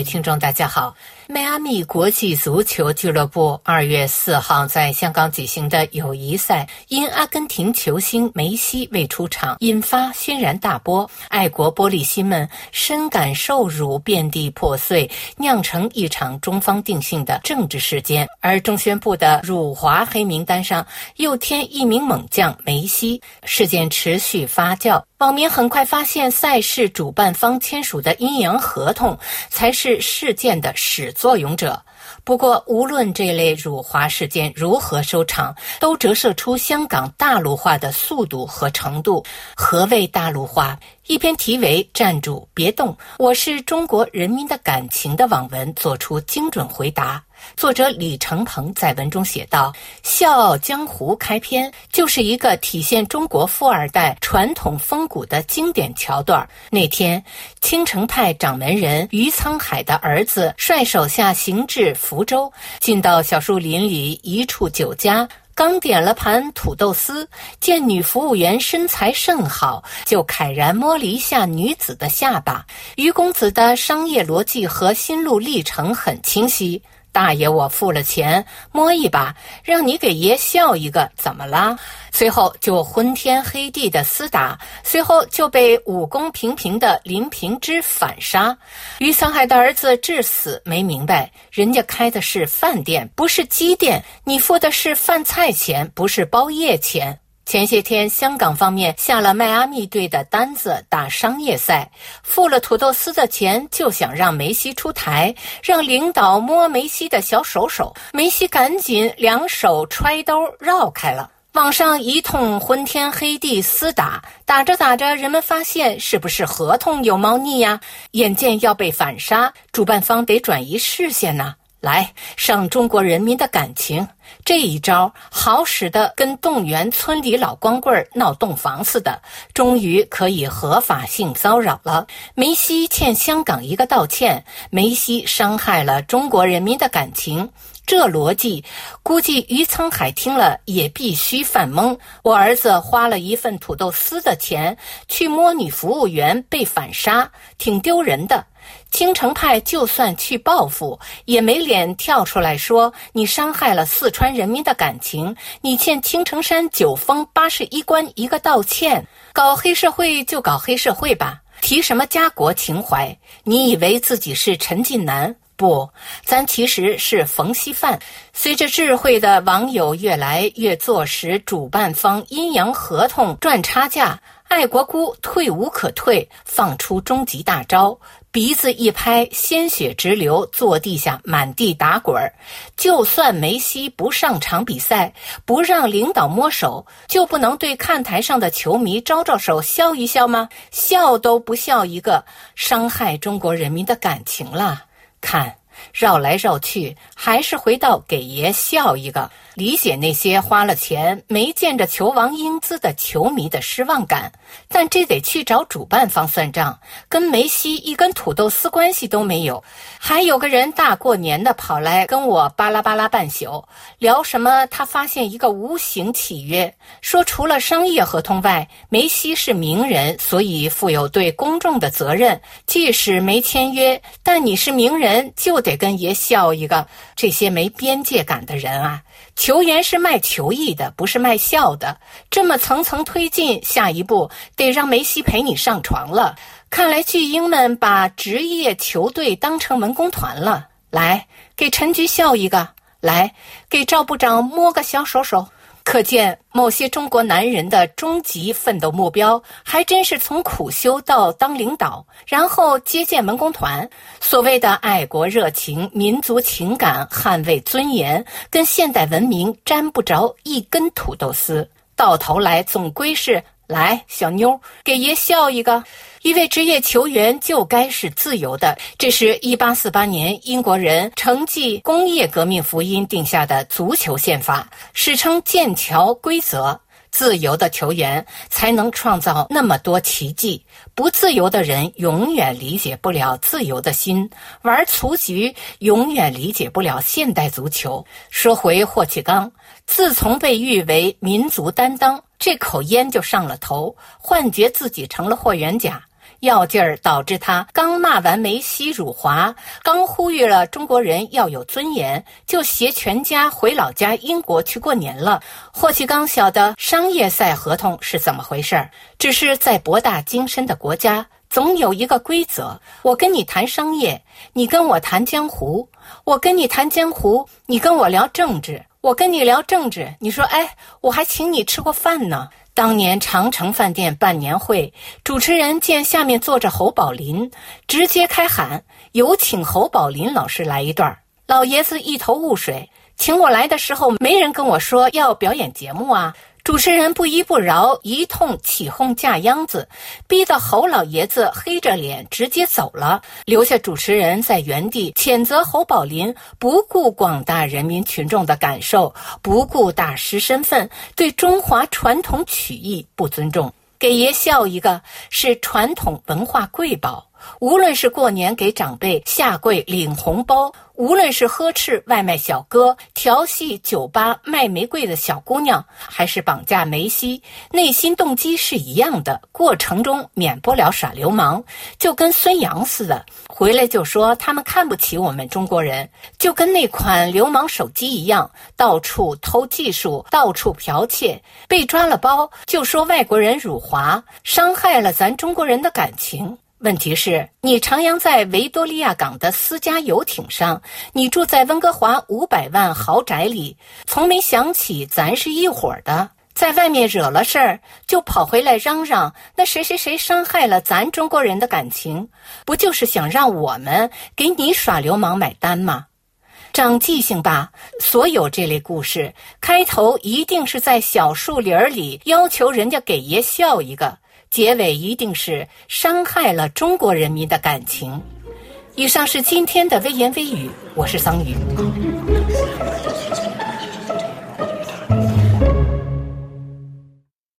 听众大家好，迈阿密国际足球俱乐部2月4号在香港举行的友谊赛，因阿根廷球星梅西未出场，引发轩然大波。爱国玻璃心们深感受辱，遍地破碎，酿成一场中方定性的政治事件。而中宣部的辱华黑名单上又添一名猛将梅西，事件持续发酵。网民很快发现，赛事主办方签署的阴阳合同才是事件的始作俑者。不过，无论这类辱华事件如何收场，都折射出香港大陆化的速度和程度。何谓大陆化？一篇题为站住别动，我是中国人民的感情的网文做出精准回答。作者李承鹏在文中写道，笑傲江湖开篇就是一个体现中国富二代传统风骨的经典桥段。那天，青城派掌门人于沧海的儿子率手下行至福州，进到小树林里一处酒家，刚点了盘土豆丝，见女服务员身材甚好，就慨然摸了一下女子的下巴。于公子的商业逻辑和心路历程很清晰，大爷我付了钱，摸一把，让你给爷笑一个，怎么啦？随后就昏天黑地的厮打，随后就被武功平平的林平之反杀。于沧海的儿子至死没明白，人家开的是饭店，不是鸡店，你付的是饭菜钱，不是包夜钱。前些天香港方面下了迈阿密队的单子打商业赛，付了土豆丝的钱，就想让梅西出台，让领导摸梅西的小手手，梅西赶紧两手揣兜绕开了。网上一通昏天黑地厮打，打着打着，人们发现是不是合同有猫腻呀？眼见要被反杀，主办方得转移视线呐。来，伤中国人民的感情，这一招好使得跟动员村里老光棍闹洞房似的，终于可以合法性骚扰了。梅西欠香港一个道歉，梅西伤害了中国人民的感情，这逻辑估计于沧海听了也必须犯懵。我儿子花了一份土豆丝的钱去摸女服务员被反杀，挺丢人的。青城派就算去报复，也没脸跳出来说你伤害了四川人民的感情，你欠青城山九峰81关一个道歉。搞黑社会就搞黑社会吧，提什么家国情怀？你以为自己是陈近南？不，咱其实是冯锡范。随着智慧的网友越来越坐实主办方阴阳合同赚差价，爱国姑退无可退，放出终极大招，鼻子一拍，鲜血直流，坐地下满地打滚。就算梅西不上场比赛，不让领导摸手，就不能对看台上的球迷招招手笑一笑吗？笑都不笑一个，伤害中国人民的感情了。看，绕来绕去，还是回到给爷笑一个。理解那些花了钱没见着球王英姿的球迷的失望感，但这得去找主办方算账，跟梅西一根土豆丝关系都没有。还有个人大过年的跑来跟我巴拉巴拉半宿，聊什么他发现一个无形契约，说除了商业合同外，梅西是名人，所以负有对公众的责任，即使没签约，但你是名人就得跟爷笑一个。这些没边界感的人啊，球员是卖球艺的，不是卖笑的。这么层层推进，下一步得让梅西陪你上床了。看来巨婴们把职业球队当成文工团了。来，给陈局笑一个，来，给赵部长摸个小手手。可见某些中国男人的终极奋斗目标还真是从苦修到当领导，然后接见文工团。所谓的爱国热情、民族情感、捍卫尊严，跟现代文明沾不着一根土豆丝，到头来总归是来小妞给爷笑一个。一位职业球员就该是自由的，这是1848年英国人承继工业革命福音定下的足球宪法，史称剑桥规则。自由的球员才能创造那么多奇迹，不自由的人永远理解不了自由的心，玩蹴局永远理解不了现代足球。说回霍启刚，自从被誉为民族担当，这口烟就上了头，幻觉自己成了霍元甲。 药劲儿导致他刚骂完梅西辱华，刚呼吁了中国人要有尊严，就携全家回老家英国去过年了。霍启刚晓得商业赛合同是怎么回事，只是在博大精深的国家总有一个规则，我跟你谈商业，你跟我谈江湖；我跟你谈江湖，你跟我聊政治；我跟你聊政治，你说哎，我还请你吃过饭呢。当年长城饭店办年会，主持人见下面坐着侯宝林，直接开喊，有请侯宝林老师来一段。老爷子一头雾水，请我来的时候没人跟我说要表演节目啊。主持人不依不饶，一通起哄架秧子，逼得侯老爷子黑着脸直接走了，留下主持人在原地谴责侯宝林不顾广大人民群众的感受，不顾大师身份，对中华传统曲艺不尊重。给爷笑一个是传统文化瑰宝，无论是过年给长辈下跪领红包，无论是呵斥外卖小哥，调戏酒吧卖玫瑰的小姑娘，还是绑架梅西，内心动机是一样的，过程中免不了耍流氓，就跟孙杨似的，回来就说他们看不起我们中国人，就跟那款流氓手机一样，到处偷技术，到处剽窃，被抓了包就说外国人辱华，伤害了咱中国人的感情。问题是，你徜徉在维多利亚港的私家游艇上，你住在温哥华500万豪宅里，从没想起咱是一伙的，在外面惹了事儿，就跑回来嚷嚷那谁谁谁伤害了咱中国人的感情，不就是想让我们给你耍流氓买单吗？长记性吧，所有这类故事开头一定是在小树林里要求人家给爷笑一个，结尾一定是伤害了中国人民的感情。以上是今天的微言微语，我是桑榆。